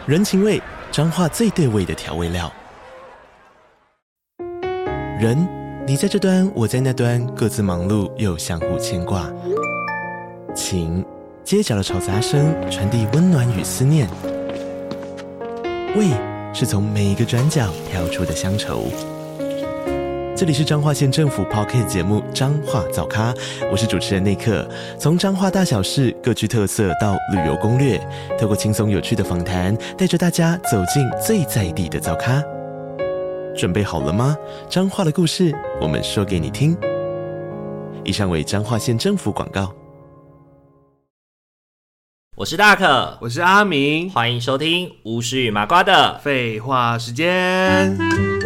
人情味，彰化最对味的调味料。人，你在这端，我在那端，各自忙碌又相互牵挂。情，街角的吵杂声传递温暖与思念。味，是从每一个转角跳出的乡愁。这里是彰化县政府 Podcast 节目《彰化早咖》，我是主持人内克。从彰化大小事各具特色到旅游攻略，透过轻松有趣的访谈，带着大家走进最在地的早咖。准备好了吗？彰化的故事，我们说给你听。以上为彰化县政府广告。 我是大可， 我是阿明， 欢迎收听巫师与麻瓜的废话时间。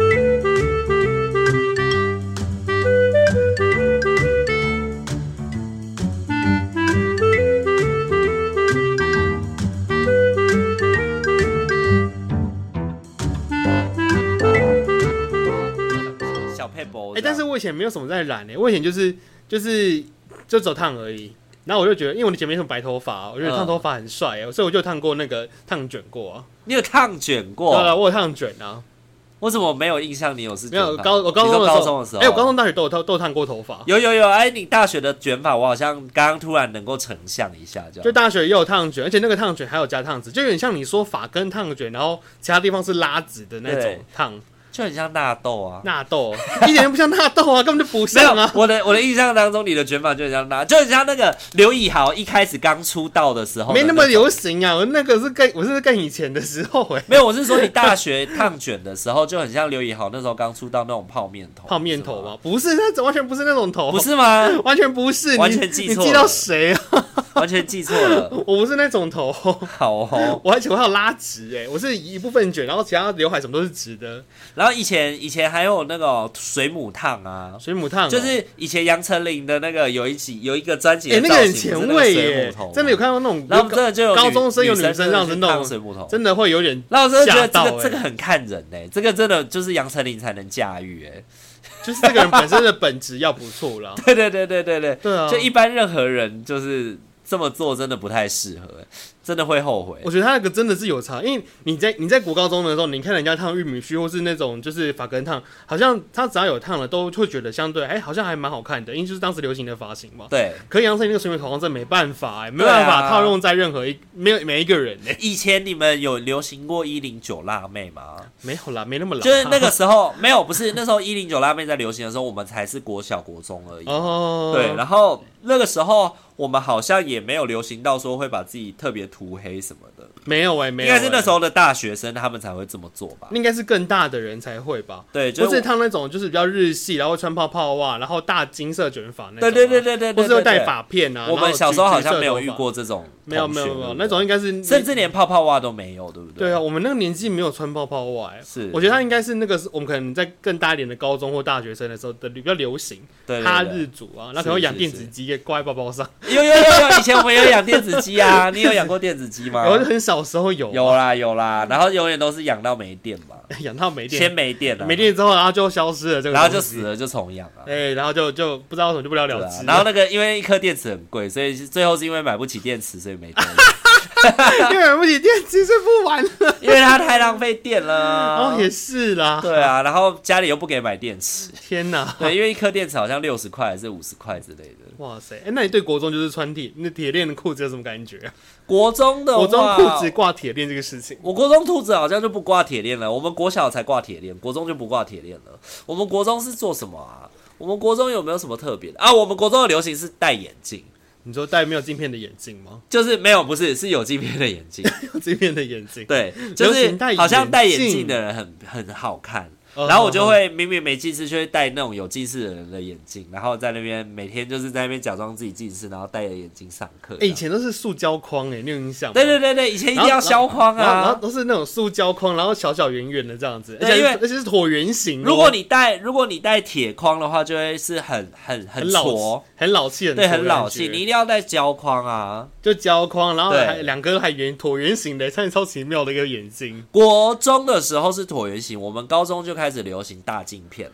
但是我以前没有什么在染我以前就走烫而已。然后我就觉得，因为我以前没什么白头发，我觉得烫头发很帅所以我就烫过那个烫卷过啊。 你有烫卷过？ 对啊，我有烫卷啊。 我怎么没有印象你有是卷发？ 没有，我高中的时候，我高中大学都有烫过头发。 有，你大学的卷发，我好像刚刚突然能够成像一下，这样。 就大学也有烫卷，而且那个烫卷还有加烫子，就有点像你说发根烫卷，然后其他地方是拉直的那种烫。 就很像纳豆啊， 纳豆一点都不像纳豆啊，根本就不像啊。 我的印象当中，你的卷发就很像就很像那个刘以豪一开始刚出道的时候， 没那么流行啊。我那个是更以前的时候没有，我是说你大学烫卷的时候就很像刘以豪那时候刚出道那种泡面头吗？不是，他完全不是那种头， 不是吗？ 完全不是， 完全记错了， 你记到谁啊？ 完全记错了， 我不是那种头。 好哦， 我还有拉直我是一部分卷，然后其他刘海什么都是直的。 然后以前还有那个水母烫啊， 水母烫就是以前杨丞琳的那个有一个专辑的那个很前卫真的有看到那种， 然后真的就有高中生有女生这样子弄水母头， 真的会有点。 然后我真的觉得这个很看人这个真的就是杨丞琳才能驾驭就是这个人本身的本质要不错啦。 对啊， 就一般任何人就是这么做真的不太适合真的会后悔。 我觉得他那个真的是有差，因为你在国高中的时候，你看人家烫玉米须或是那种就是发根烫，好像他只要有烫了，都会觉得相对好像还蛮好看的，因为就是当时流行的发型嘛。 对。 可杨丞琳那个水母头真的没办法没办法套用在任何每一个人以前你们有流行过109辣妹吗？ 没有啦，没那么老。 就是那个时候没有，不是那时候109辣妹在流行的时候，我们才是国小国中而已。 哦。 对，然后那个时候我们好像也没有流行到说会把自己特别涂黑什么的。 没有没有， 应该是那时候的大学生他们才会这么做吧？ 应该是更大的人才会吧？ 对， 或是烫那种就是比较日系，然后穿泡泡袜，然后大金色卷发那种。 对， 或是会戴发片啊。 我们小时候好像没有遇过这种， 没有，那种应该是甚至连泡泡袜都没有，对不对？ 对啊，我们那个年纪没有穿泡泡袜是， 我觉得他应该是那个我们可能在更大一点的高中或大学生的时候的比较流行，哈日族啊，那可能会养电子鸡给挂在包包上。 有，以前我们有养电子鸡啊，你有养过电子鸡吗？ 我很小时候有啦，然后永远都是养到没电嘛， 养到没电， 先没电了， 没电之后，然后就消失了， 然后就死了，就重养啊， 然后就不知道为什么就不了了之。 然后那个因为一颗电池很贵，所以最后是因为买不起电池，所以没电。 因为买不起电池是不玩了， 因为它太浪费电了。 也是啦。 对啊，然后家里又不给买电池。 天哪！ 对，因为一颗电池好像60块还是50块之类的。 哇塞！那你对国中就是穿铁链的裤子有什么感觉？ 国中的话， 国中裤子挂铁链这个事情， 我国中裤子好像就不挂铁链了。我们国小才挂铁链，国中就不挂铁链了。我们国中是做什么啊？我们国中有没有什么特别的啊？我们国中的流行是戴眼镜。 你说戴没有镜片的眼镜吗？ 就是没有，不是，是有镜片的眼镜。 有镜片的眼镜， 对，就是好像戴眼镜的人很好看。然后我就会明明没近视，就会戴那种有近视的人的眼镜，然后在那边每天就是在那边假装自己近视，然后戴着眼镜上课。 以前都是塑胶框你有印象吗？ 对，以前一定要削框啊， 然后都是那种塑胶框，然后小小圆圆的这样子，而且是椭圆形。 如果你戴铁框的话，就会是很挫， 很老气， 对，很老气。你一定要戴胶框啊， 就胶框，然后两个还椭圆形的，超奇妙的一个眼镜。 国中的时候是椭圆形，我们高中就开始流行大镜片了。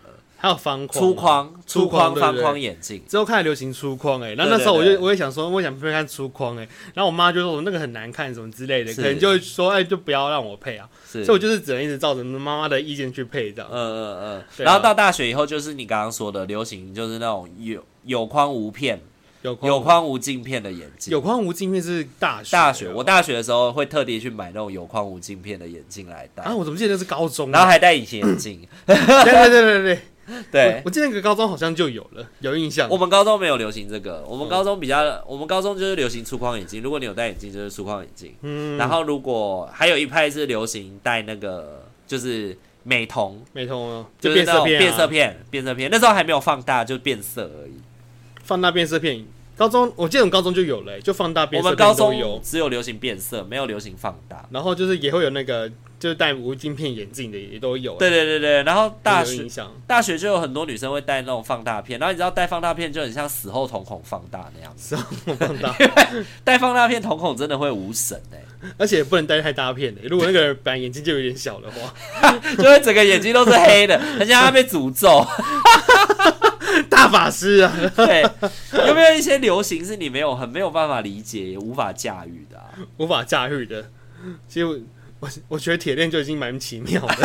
还有方框、 粗框、方框眼镜。 之后开始流行粗框然后那时候我也想说，我想配看粗框然后我妈就说我那个很难看什么之类的，可能就说就不要让我配啊。所以我就是只能一直照着妈妈的意见去配这样。 然后到大学以后，就是你刚刚说的流行，就是那种有框无片。有框无镜片的眼镜， 有框无镜片是大学。 我大学的时候会特地去买那种有框无镜片的眼镜来戴。 我怎么记得那是高中？ 然后还戴隐形眼镜。 对，我记得那个高中好像就有印象。 我们高中没有流行这个，我们高中就是流行粗框眼镜。如果你有戴眼镜，就是粗框眼镜。然后如果还有一派是流行戴那个就是美瞳就是那种变色片。那时候还没有放大，就变色而已。 放大变色片，高中我记得我们高中就有了就放大变色片都有。 我们高中只有流行变色，没有流行放大。 然后就是也会有那个就是戴无镜片眼镜的也都有。 对。然后大学就有很多女生会戴那种放大片，然后你知道戴放大片就很像死后瞳孔放大那样子。 死后放大， 戴放大片瞳孔真的会无神而且不能戴太大片如果那个本来眼睛就有点小的话， 就会整个眼睛都是黑的，很像他被诅咒。 大法师啊， 对，有没有一些流行是你没有办法理解也无法驾驭的无法驾驭的，其实我觉得铁链就已经蛮奇妙的。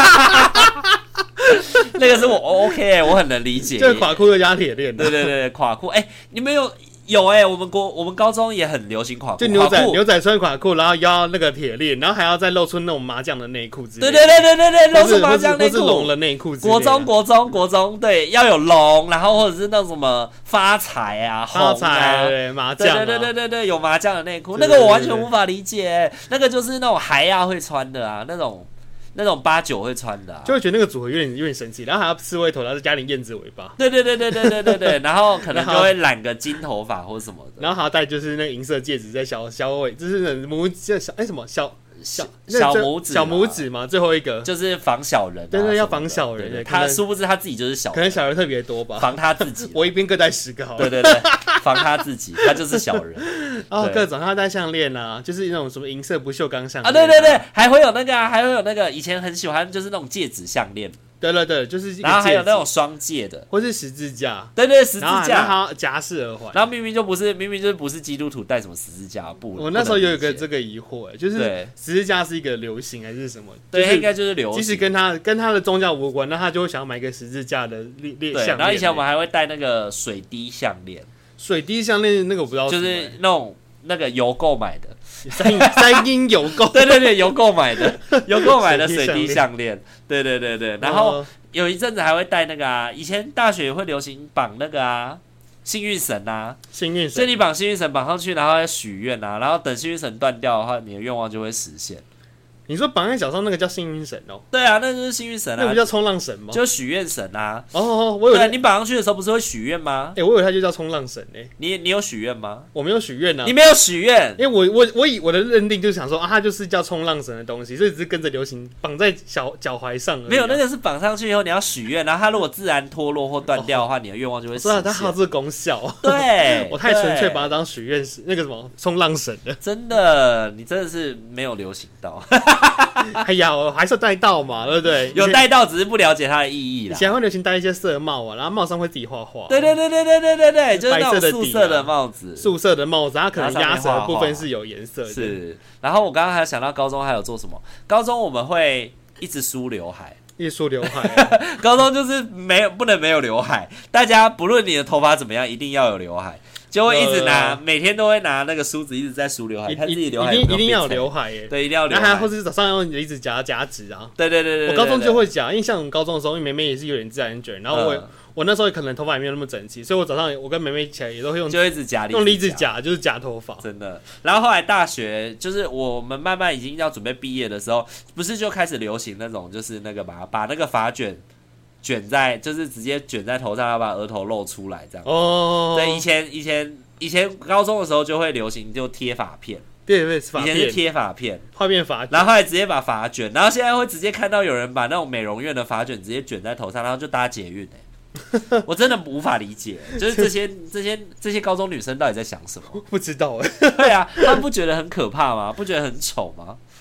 那个是我 OK 我很能理解， 就是垮裤又加铁链。 对，垮裤你们有我们高中也很流行垮裤， 就牛仔穿垮裤，然后腰那个铁链，然后还要再露出那种麻将的内裤之类的。 对，露出麻将内裤， 或是龙的内裤之类的。国中，对，要有龙，然后或者是那种什么发财啊、 发财对麻将， 对，有麻将的内裤，那个我完全无法理解，那个就是那种海亚会穿的啊，那种89会穿的就会觉得那个组合有点神奇，然后还要刺猬头，然后再加点燕子尾巴。 对，然后可能就会染个金头发或什么的， 然后还要戴就是那个银色戒指在小尾，就是小拇指嘛，最后一个就是防小人对，要防小人他殊不知他自己就是小人， 可能小人特别多吧， 防他自己。 我一边各戴10个好了。 对，防他自己，他就是小人。 各种他戴项链就是那种什么银色不锈钢项链对，还会有那个以前很喜欢就是那种戒指项链。 对，就是然后还有那种双戒的， 或是十字架。 对，十字架， 然后还要夹式耳环。 然后明明就不是基督徒戴什么十字架不？ 我那时候有一个这个疑惑，就是十字架是一个流行还是什么？ 对，应该就是流行。 即使跟他的宗教无关，那他就会想要买一个十字架的项链。 然后以前我们还会戴那个水滴项链。 水滴项链那个我不知道， 就是那个邮购买的。 三阴邮购， 对，邮购买的水滴项链，对，然后有一阵子还会戴那个以前大学也会流行绑那个幸运绳所以你绑幸运绳绑上去，然后要许愿然后等幸运绳断掉的话，你的愿望就会实现。 你说绑在脚上那个叫幸运绳对啊，那就是幸运绳那不叫冲浪绳吗？ 就许愿绳我以为你绑上去的时候不是会许愿吗？ 我以为它就叫冲浪绳你有许愿吗？ 我没有许愿你没有许愿， 因为我的认定就是想说它就是叫冲浪绳的东西，所以只是跟着流行绑在脚踝上而已。 没有，那个是绑上去以后你要许愿，然后它如果自然脱落或断掉的话，你的愿望就会实现。 它还有这个功效。 对， 我太纯粹把它当许愿那个什么冲浪绳了。 真的，你真的是没有流行到。 哎呀，我还是带到嘛，对不对？ 有带到，只是不了解它的意义啦。 以前会流行戴一些色帽然后帽上会自己画画。 对，就是那种素色的帽子。 素色的帽子，它可能压舌的部分是有颜色的。 是。然后我刚刚还想到高中还有做什么？高中我们会一直梳刘海。 一直梳刘海。 高中就是不能没有刘海，大家不论你的头发怎么样，一定要有刘海。就会一直每天都会拿那个梳子一直在梳刘海，看自己刘海一定要有刘海对，一定要有刘海。 然后或者是早上用离子夹直对。 我高中就会夹，因为像我们高中的时候，因为妹妹也是有点自然卷，然后我那时候可能头发也没有那么整齐，所以我早上我跟妹妹一起来也都会就一直夹用离子夹，就是夹头发。 真的。然后后来大学就是我们慢慢已经要准备毕业的时候，不是就开始流行那种就是那个把那个发卷在就是直接卷在头上，要把额头露出来这样。对，以前高中的时候就会流行就贴发片。 对， 以前是贴发片， 画面发卷， 然后后来直接把发卷，然后现在会直接看到有人把那种美容院的发卷直接卷在头上，然后就搭捷运我真的无法理解，就是这些高中女生到底在想什么？ 不知道对啊，他们不觉得很可怕吗？不觉得很丑吗？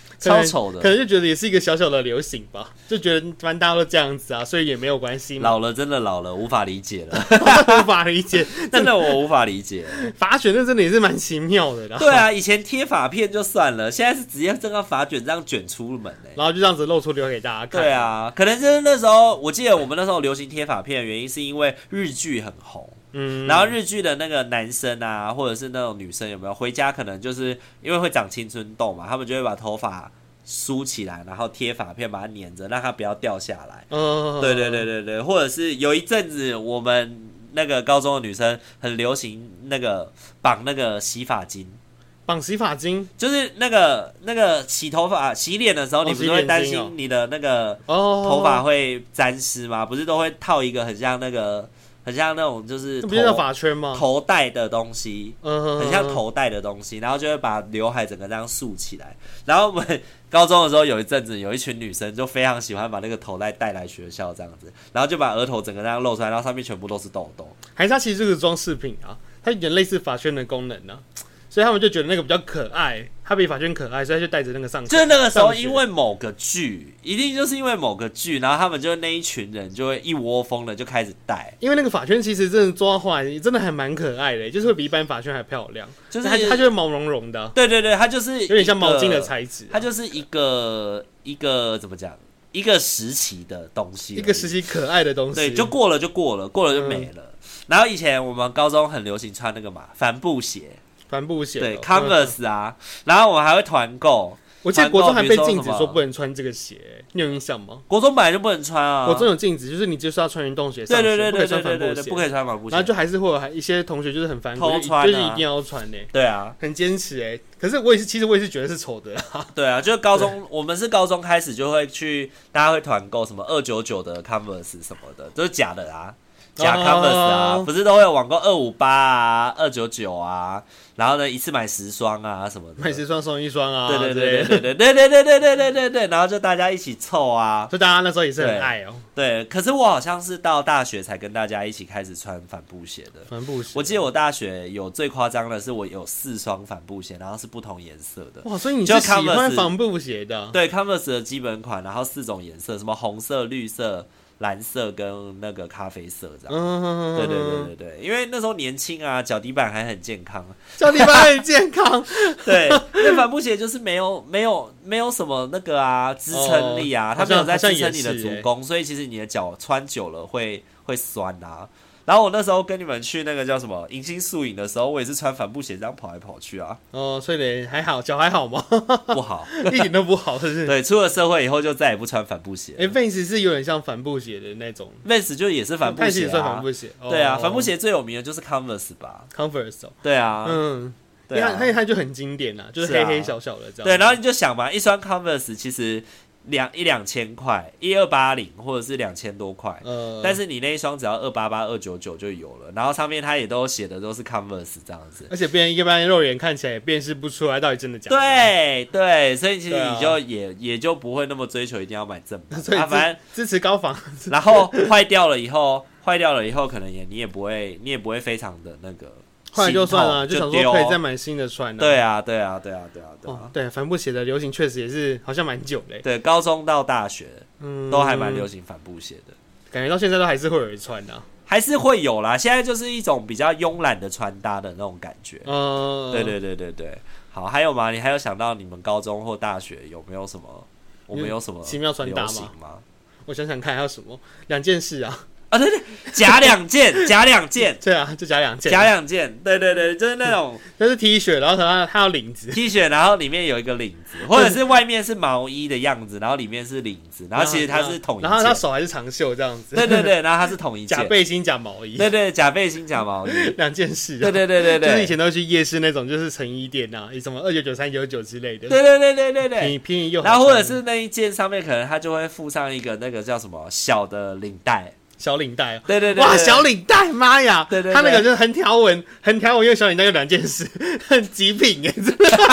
超丑的， 可能就觉得也是一个小小的流行吧，就觉得反正大家都这样子啊，所以也没有关系嘛。 老了真的老了，无法理解了， 无法理解， 真的我无法理解。 发卷那真的也是蛮奇妙的啦。 对啊，以前贴发片就算了，现在是直接这个发卷这样卷出门然后就这样子露出留给大家看。 对啊，可能就是那时候，我记得我们那时候流行贴发片的原因，是因为日剧很红。然后日剧的那个男生啊，或者是那种女生有没有回家，可能就是因为会长青春痘嘛，他们就会把头发梳起来，然后贴发片把它粘着，让它不要掉下来。对，或者是有一阵子我们那个高中的女生很流行那个绑那个洗发巾。 绑洗发巾就是那个洗头发、洗脸的时候，你不是会担心你的那个头发会沾湿吗？不是都会套一个很像那种就是不是叫发圈吗？ 头带的东西，很像头带的东西，然后就会把刘海整个这样竖起来。然后我们高中的时候有一阵子，有一群女生就非常喜欢把那个头带带来学校这样子，然后就把额头整个这样露出来，然后上面全部都是痘痘。 还是它其实是个装饰品啊，它有点类似发圈的功能啊。所以他们就觉得那个比较可爱，它比发圈可爱，所以他就带着那个上学。 就是那个时候，因为某个剧，一定就是因为某个剧，然后他们就那一群人就会一窝蜂的就开始戴。 因为那个发圈其实真的做到后来，真的还蛮可爱的，就是会比一般发圈还漂亮。就是它就会毛茸茸的。 对，它就是有点像毛巾的材质。 它就是一个怎么讲？一个时期的东西， 一个时期可爱的东西。 对，就过了就没了。然后以前我们高中很流行穿那个帆布鞋。 帆布鞋对 Converse 啊，然后我们还会团购。 我记得国中还被禁止说不能穿这个鞋，你有印象吗？ 国中本来就不能穿啊， 国中有禁止，就是你就是要穿运动鞋上学， 对， 不可以穿帆布鞋， 不可以穿帆布鞋。 然后就还是会有一些同学就是很反偷穿， 就是一定要穿的。 对啊， 很坚持可是我也是，其实我也是觉得是丑的啦。 对啊，就是高中，我们是高中开始就会去，大家会团购什么299的 Converse 什么的，都是假的啊。假 Converse 啊，不是都会有网购258啊、299啊，然后呢一次买10双啊什么的， 买10双送1双啊， 对，然后就大家一起凑啊， 就大家那时候也是很爱哦。 对，可是我好像是到大学才跟大家一起开始穿帆布鞋的。 帆布鞋， 我记得我大学有最夸张的是，我有4双帆布鞋，然后是不同颜色的。 哇，所以你是喜欢帆布鞋的？ 对 ，Converse 的基本款，然后4种颜色，什么红色、绿色、蓝色跟那个咖啡色这样。对，因为那时候年轻啊，脚底板还很健康。 脚底板很健康。 对，因为帆布鞋就是没有什么那个啊支撑力啊，它没有在支撑你的足弓，所以其实你的脚穿久了会酸啊。然后我那时候跟你们去那个叫什么迎新宿营的时候，我也是穿帆布鞋这样跑来跑去啊。 所以还好，脚还好吗？ 不好， 一点都不好，是不是？ 对，出了社会以后就再也不穿帆布鞋。 Vans 是有点像帆布鞋的那种 ，Vans 就也是帆布鞋啊， 算帆布鞋。 对啊，帆布鞋最有名的就是 Converse 吧 ？Converse 对啊， 对啊，它就很经典啊，就是黑黑小小的这样。 对，然后你就想嘛，一双 Converse 其实1-2千块，1280或者是2000多块，但是你那一双只要288、299就有了，然后上面它也都写的都是 Converse 这样子， 而且一般肉眼看起来也辨识不出来到底真的假的。 对，所以其实你就也就不会那么追求一定要买正版， 所以反正支持高仿。 然后坏掉了以后，可能你也不会非常的那个。 后来就算了，就想说可以再买新的穿。 对啊。 对，帆布鞋的流行确实也是好像蛮久嘞。 对，高中到大学，都还蛮流行帆布鞋的。 感觉到现在都还是会有人穿的。 还是会有啦，现在就是一种比较慵懒的穿搭的那种感觉。对。好，还有吗？你还有想到你们高中或大学有没有什么？我们有什么奇妙穿搭吗？ 我想想看，还有什么2件事啊？ 对，夹2件， 对啊，就夹2件， 对，就是那种， 就是 T 恤，然后它有领子 ，T 恤，然后里面有一个领子，或者是外面是毛衣的样子，然后里面是领子，然后其实它是同一件， 然后它手还是长袖这样子， 对，然后它是同一件， 假背心假毛衣， 对，假背心假毛衣 ，2件事， 对， 就是以前都去夜市那种，就是成衣店啊，什么299、399之类的， 对， 便宜又好， 然后或者是那一件上面可能它就会附上一个那个叫什么小的领带。 小领带对， 哇，小领带，妈呀！ 对， 他那个就是横条纹，又小领带，又2件事，很极品哎，真的。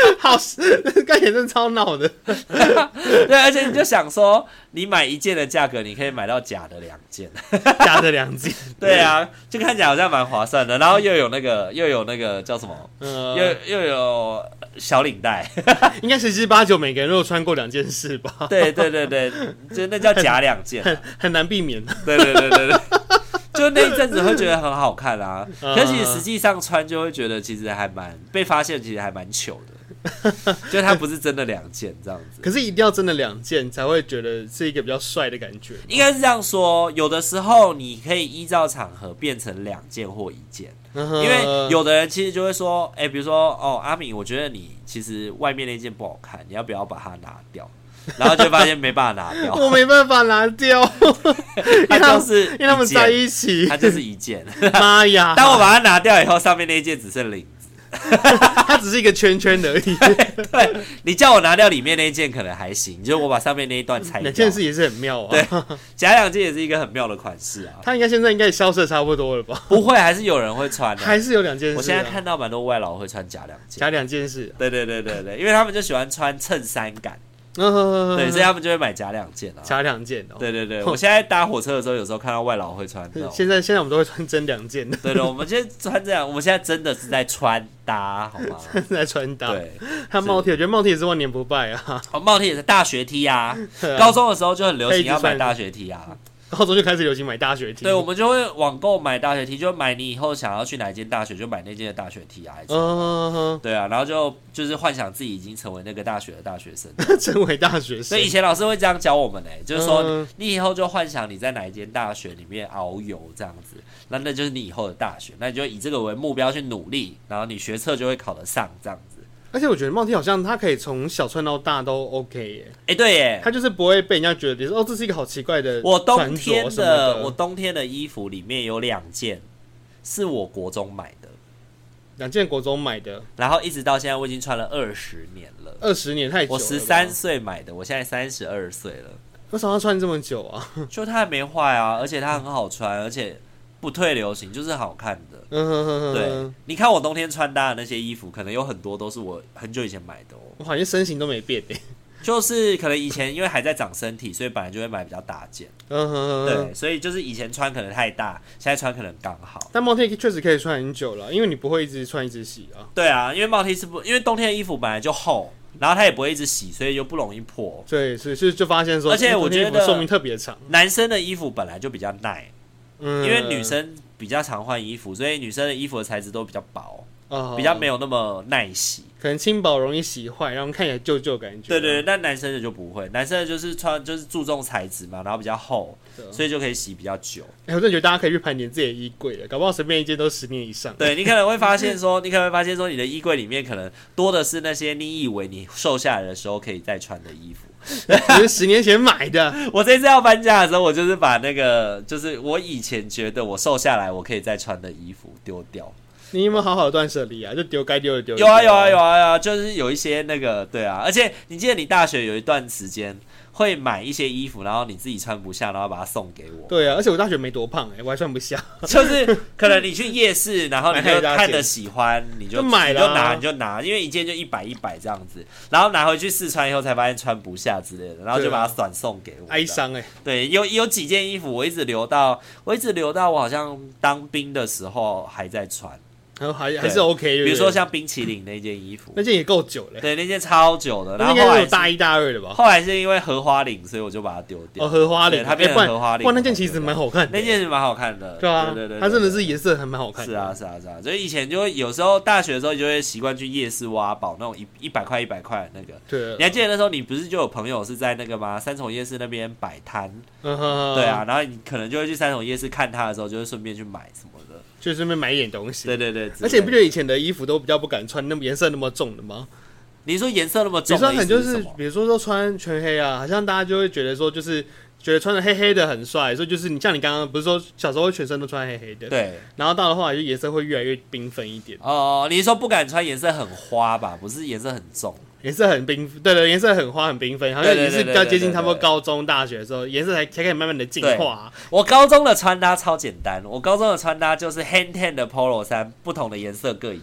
好，干起来真的超闹的。 对，而且你就想说，你买一件的价格，你可以买到假的2件， 假的2件。 对啊，就看起来好像蛮划算的，然后又有那个叫什么，又有小领带， 应该10之8九每个人都有穿过2件事吧？ 对，就那叫假2件， 很难避免。 对。就那一阵子会觉得很好看啊，可是实际上穿就会觉得其实还蛮被发现，其实还蛮糗的，就它不是真的2件这样子。 可是一定要真的2件才会觉得是一个比较帅的感觉。 应该是这样说，有的时候你可以依照场合变成2件或1件，因为有的人其实就会说，比如说阿敏，我觉得你其实外面那件不好看，你要不要把它拿掉？然后就发现没办法拿掉， 我没办法拿掉， 它就是因为他们在一起， 它就是1件。 妈呀！ 当我把它拿掉以后，上面那一件只剩领子， 它只是一个圈圈而已。 对，你叫我拿掉里面那一件可能还行，就是我把上面那一段拆掉。 2件事也是很妙啊。 对，假2件也是一个很妙的款式啊。 它现在应该也消失的差不多了吧？ 不会，还是有人会穿的， 还是有2件事。 我现在看到蛮多外劳会穿假2件， 假2件事。 对，因为他们就喜欢穿衬衫感。对，所以他们就会买假2件啊， 假2件哦。 对，我现在搭火车的时候，有时候看到外劳会穿。 现在我们都会穿真2件的。 对，我们现在穿这样，我们现在真的是在穿搭，好吗？ 在穿搭。 对， 还有帽 T， 我觉得帽 T 也是万年不败啊。 帽 T 也是大学 T 啊，高中的时候就很流行要买大学 T 啊。 高中就开始流行买大学 T， 对，我们就会网购买大学 T， 就买你以后想要去哪一间大学，就买那间的大学 T 啊。对啊，然后就是幻想自己已经成为那个大学的大学生， 成为大学生。 所以以前老师会这样教我们就是说你以后就幻想你在哪一间大学里面遨游这样子，那就是你以后的大学，那你就以这个为目标去努力，然后你学测就会考得上这样子。 而且我觉得帽 T 好像它可以从小穿到大都 OK 耶。 对耶， 它就是不会被人家觉得说这是一个好奇怪的我冬天的衣服里面有2件是我国中买的， 2件国中买的， 然后一直到现在我已经穿了20年了。 20年太久了。 我13岁买的，我现在32岁了。 为什么要穿这么久啊？ 就它还没坏啊，而且它很好穿，而且不退流行，就是好看的。对，你看我冬天穿搭的那些衣服，可能有很多都是我很久以前买的哦。 我好像身形都没变就是可能以前因为还在长身体，所以本来就会买比较大件。对，所以就是以前穿可能太大，现在穿可能刚好。 但帽 T 确实可以穿很久了，因为你不会一直穿一直洗啊。 对啊，因为帽 T 因为冬天的衣服本来就厚，然后它也不会一直洗，所以就不容易破。 对，所以就发现说， 而且我觉得寿命特别长。 男生的衣服本来就比较耐，因为女生比较常换衣服，所以女生的衣服的材质都比较薄，比较没有那么耐洗， 可能轻薄容易洗坏，然后看起来旧旧感觉。 对，但男生的就不会，男生的就是注重材质嘛，然后比较厚，所以就可以洗比较久。 我真的觉得大家可以去盘点自己的衣柜了，搞不好随便一件都10年以上。 对，你可能会发现说，你的衣柜里面可能多的是那些你以为你瘦下来的时候可以再穿的衣服。 只是10年前买的。 我这次要搬家的时候，我就是把那个，就是我以前觉得我瘦下来我可以再穿的衣服丢掉。 你有没有好好的断舍离啊？就丢该丢的丢。 有啊，就是有一些那个，对啊，而且你记得你大学有一段时间会买一些衣服，然后你自己穿不下，然后把它送给我。 对啊，而且我大学没多胖我还穿不下。 就是可能你去夜市，然后你就看着喜欢，你就买了，你就拿，因为一件就100这样子，然后拿回去试穿以后才发现穿不下之类的，然后就把它转送给我。 哀伤对，有几件衣服我一直留到我好像当兵的时候还在穿。 还是 OK， 比如说像冰淇淋那件衣服， 那件也够久了。 对，那件超久的，然后后来有大1大2的吧。 后来是因为荷花领，所以我就把它丢掉。 荷花领， 它变成荷花领。 哇，那件其实蛮好看的。 那件是蛮好看的。 对啊， 对， 它真的是颜色还蛮好看的。 是啊。所以以前就会有时候大学的时候就会习惯去夜市挖宝那种100块的那个。 对。 你还记得那时候你不是就有朋友是在那个吗？三重夜市那边摆摊。对啊，然后你可能就会去三重夜市看他的时候，就会顺便去买什么。 就顺便买一点东西。 对， 而且你不觉得以前的衣服都比较不敢穿那么颜色那么重的吗？ 你说颜色那么重的意思是什么？就是比如说穿全黑啊，好像大家就会觉得说，就是觉得穿的黑黑的很帅，所以就是像你刚刚不是说小时候全身都穿黑黑的， 对， 然后到了后来就颜色会越来越缤纷一点。 哦，你是说不敢穿颜色很花吧？不是颜色很重。 颜色很缤，对，颜色很花很缤纷，好像也是比较接近差不多高中大学的时候，颜色才可以慢慢的进化。 我高中的穿搭超简单，我高中的穿搭就是 hand tan 的 polo 衫，不同的颜色各一件。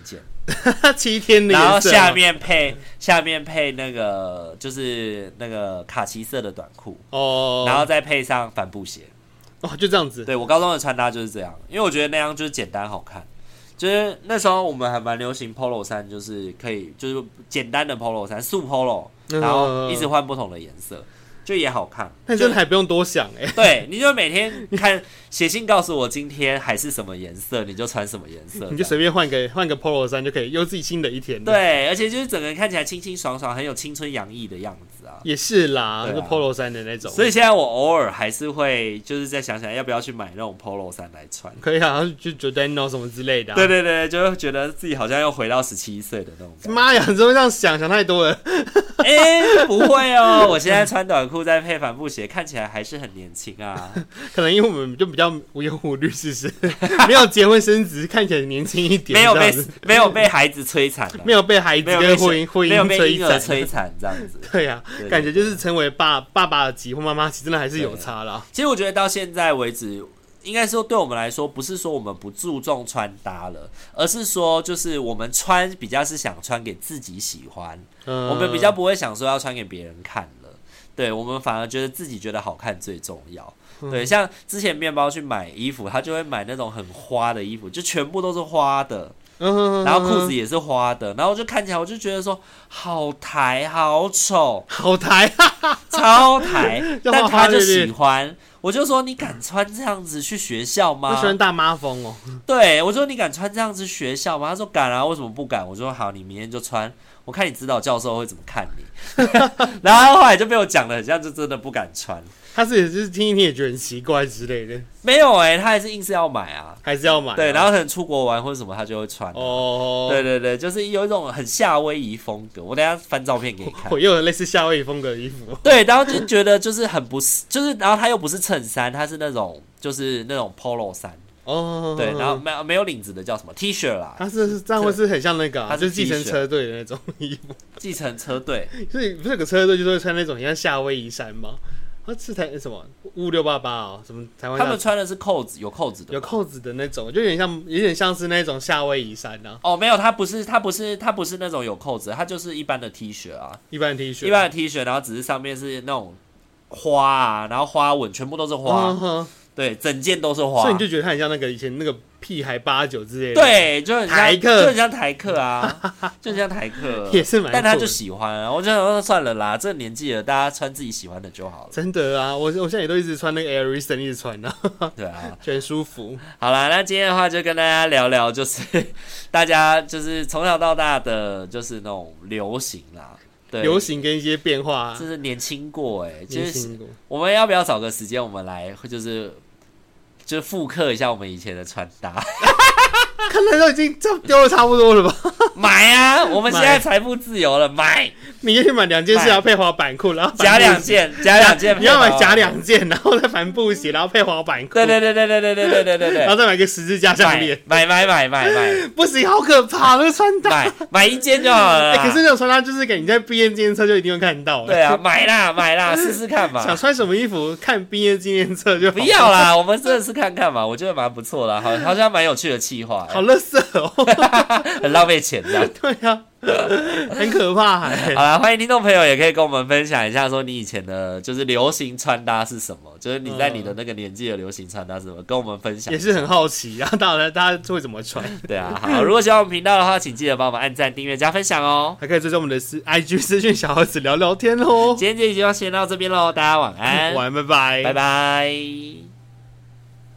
7天的颜色， 然后下面配那个就是那个卡其色的短裤哦，然后再配上帆布鞋哦，就这样子。 对，我高中的穿搭就是这样，因为我觉得那样就是简单好看。就是那时候我们还蛮流行 polo 衫，就是可以就是简单的 polo 衫，素 polo， 然后一直换不同的颜色。就也好看， 但真的还不用多想对，你就每天看写信告诉我今天还是什么颜色，你就穿什么颜色， 你就随便换个 polo 衫就可以有自己新的一天。 对，而且就是整个人看起来清清爽爽，很有青春洋溢的样子啊。 也是啦，就 polo 衫的那种。 所以现在我偶尔还是会就是再想想要不要去买那种 polo 衫来穿。 可以啊，就 Giordano 什么之类的。 对对对，就会觉得自己好像又回到17岁的那种。 妈呀，你怎么这样想太多了？ 不会哦，我现在穿短裤再配帆布鞋，看起来还是很年轻啊。 可能因为我们就比较无忧无虑，是没有结婚生子，看起来年轻一点， 没有被孩子摧残， 没有被孩子跟婚姻没有被婴儿摧残这样子。 对啊，感觉就是成为爸爸级或妈妈级，真的还是有差啦。 其实我觉得到现在为止，应该说对我们来说，不是说我们不注重穿搭了，而是说就是我们穿比较是想穿给自己喜欢，我们比较不会想说要穿给别人看了。对，我们反而觉得自己觉得好看最重要。对，像之前面包去买衣服，他就会买那种很花的衣服，就全部都是花的。然后裤子也是花的，然后我就看起来我就觉得说好台好丑， 好台超台，但他就喜欢。我就说你敢穿这样子去学校吗？ 我喜欢大妈风哦。 对，我说你敢穿这样子学校吗？他说敢啊，为什么不敢？我说好，你明天就穿，我看你指导教授会怎么看你。然后后来就被我讲的很像，就真的不敢穿。 他是就是听一听也觉得很奇怪之类的。 没有他还是硬是要买啊， 还是要买。 对，然后可能出国玩或者什么，他就会穿。哦，对对对，就是有一种很夏威夷风格。我等一下翻照片给你看。 我又有类似夏威夷风格的衣服。 对，然后就觉得就是很不是，就是然后他又不是衬衫，他是那种就是那种 polo 衫。哦，对，然后没有领子的叫什么 T 恤啦？ 它是这样，会是很像那个，就是计程车队的那种衣服。 计程车队， 所以不是有个车队就是会穿那种像夏威夷衫吗？是台什么5688哦？什么台湾？ 他们穿的是扣子，有扣子的， 有扣子的那种，就有点像是那种夏威夷衫啊。 哦，没有，它不是那种有扣子，它就是一般的 T 恤啊， 一般的 T 恤， 然后只是上面是那种花啊，然后花纹全部都是花。对，整件都是花， 所以你就觉得它很像那个以前那个屁孩89之类的， 对，就很像台客， 就很像台客啊，就很像台客， 也是蛮， 但他就喜欢啊。我就说算了啦，这个年纪了，大家穿自己喜欢的就好了。 真的啊，我现在也都一直穿那个 Air Recent， 一直穿啊， 对啊， 觉得舒服。 好啦，那今天的话就跟大家聊聊，就是大家就是从小到大的就是那种流行啦。对， 流行跟一些变化， 就是年轻过就是我们要不要找个时间，我们来就复刻一下我们以前的穿搭？ 看来都已经丢的差不多了吧？ 买啊！我们现在财富自由了，买！ 你可以买2件是要配滑板裤，然后夹2件， 你要买夹2件，然后再帆布鞋，然后配滑板裤。 对， 然后再买个十字架项链。 买！ 不行，好可怕！那个穿搭， 买1件就好了。 可是那种穿搭就是给你在毕业纪念册就一定会看到。 对啊，买啦，试试看嘛。 想穿什么衣服，看毕业纪念册就好。 不要啦，我们真的是看看嘛，我觉得蛮不错的，好像蛮有趣的企划。 好垃圾哦， 很浪费钱的。 对啊，很可怕。 好啦，欢迎听众朋友也可以跟我们分享一下，说你以前的就是流行穿搭是什么，就是你在你的那个年纪的流行穿搭是什么，跟我们分享。 也是很好奇啊，大家会怎么穿？ 对啊，好，如果喜欢我们频道的话，请记得帮我们按赞、订阅、加分享哦， 还可以追踪我们的IG 私讯小盒子聊聊天哦。 今天这集就先到这边喽，大家晚安， 晚安，拜拜， 拜拜。